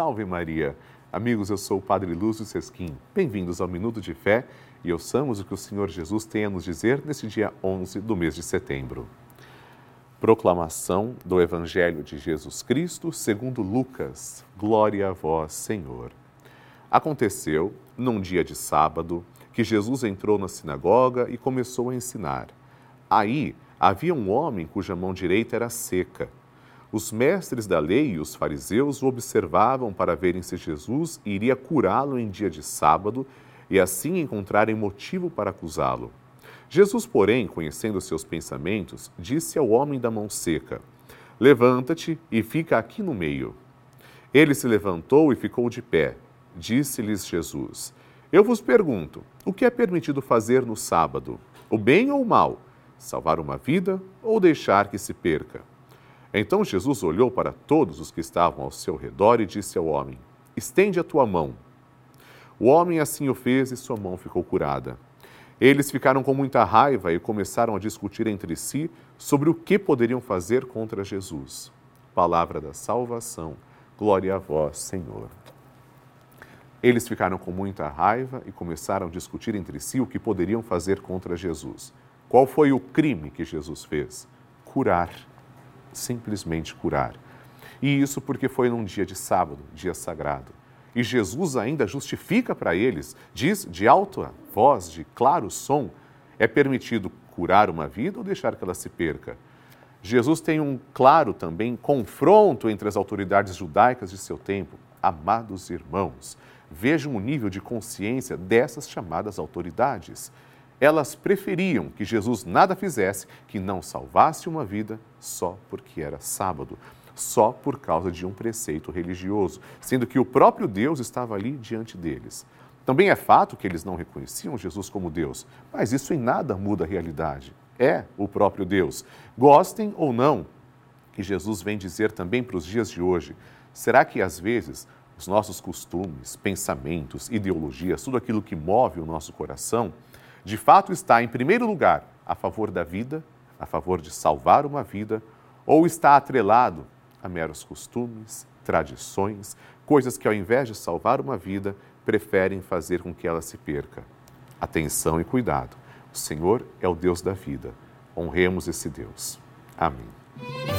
Salve Maria! Amigos, eu sou o Padre Lúcio Sesquim. Bem-vindos ao Minuto de Fé e ouçamos o que o Senhor Jesus tem a nos dizer neste dia 11 do mês de setembro. Proclamação do Evangelho de Jesus Cristo segundo Lucas. Glória a vós, Senhor. Aconteceu, num dia de sábado, que Jesus entrou na sinagoga e começou a ensinar. Aí havia um homem cuja mão direita era seca. Os mestres da lei e os fariseus o observavam para verem se Jesus iria curá-lo em dia de sábado e assim encontrarem motivo para acusá-lo. Jesus, porém, conhecendo seus pensamentos, disse ao homem da mão seca: Levanta-te e fica aqui no meio. Ele se levantou e ficou de pé. Disse-lhes Jesus: Eu vos pergunto, o que é permitido fazer no sábado? O bem ou o mal? Salvar uma vida ou deixar que se perca? Então Jesus olhou para todos os que estavam ao seu redor e disse ao homem: Estende a tua mão. O homem assim o fez e sua mão ficou curada. Eles ficaram com muita raiva e começaram a discutir entre si sobre o que poderiam fazer contra Jesus. Palavra da salvação. Glória a vós, Senhor. Eles ficaram com muita raiva e começaram a discutir entre si o que poderiam fazer contra Jesus. Qual foi o crime que Jesus fez? Curar. Simplesmente curar. E isso porque foi num dia de sábado, dia sagrado. E Jesus ainda justifica para eles, diz de alta voz, de claro som, é permitido curar uma vida ou deixar que ela se perca? Jesus tem um claro também confronto entre as autoridades judaicas de seu tempo. Amados irmãos, vejam o nível de consciência dessas chamadas autoridades. Elas preferiam que Jesus nada fizesse, que não salvasse uma vida só porque era sábado, só por causa de um preceito religioso, sendo que o próprio Deus estava ali diante deles. Também é fato que eles não reconheciam Jesus como Deus, mas isso em nada muda a realidade. É o próprio Deus. Gostem ou não, que Jesus vem dizer também para os dias de hoje. Será que às vezes os nossos costumes, pensamentos, ideologias, tudo aquilo que move o nosso coração, de fato está, em primeiro lugar, a favor da vida, a favor de salvar uma vida, ou está atrelado a meros costumes, tradições, coisas que, ao invés de salvar uma vida, preferem fazer com que ela se perca? Atenção e cuidado. O Senhor é o Deus da vida. Honremos esse Deus. Amém.